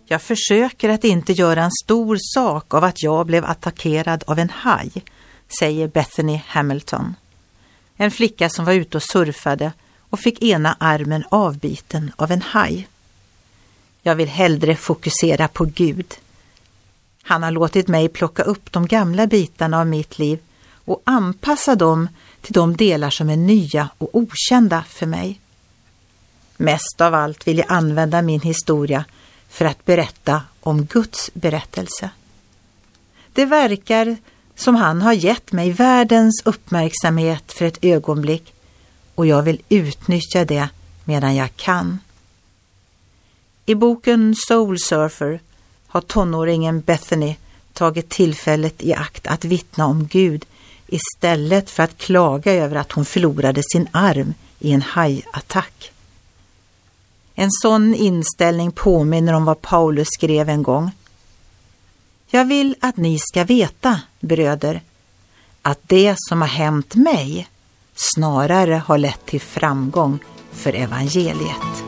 Jag försöker att inte göra en stor sak av att jag blev attackerad av en haj, säger Bethany Hamilton. En flicka som var ute och surfade och fick ena armen avbiten av en haj. Jag vill hellre fokusera på Gud. Han har låtit mig plocka upp de gamla bitarna av mitt liv och anpassa dem till de delar som är nya och okända för mig. Mest av allt vill jag använda min historia för att berätta om Guds berättelse. Det verkar som han har gett mig världens uppmärksamhet för ett ögonblick och jag vill utnyttja det medan jag kan. I boken Soul Surfer har tonåringen Bethany tagit tillfället i akt att vittna om Gud istället för att klaga över att hon förlorade sin arm i en hajattack. En sån inställning påminner om vad Paulus skrev en gång. Jag vill att ni ska veta, bröder, att det som har hänt mig snarare har lett till framgång för evangeliet.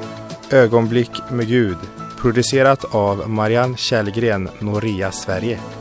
Ögonblick med Gud, producerat av Marianne Källgren, Noria, Sverige.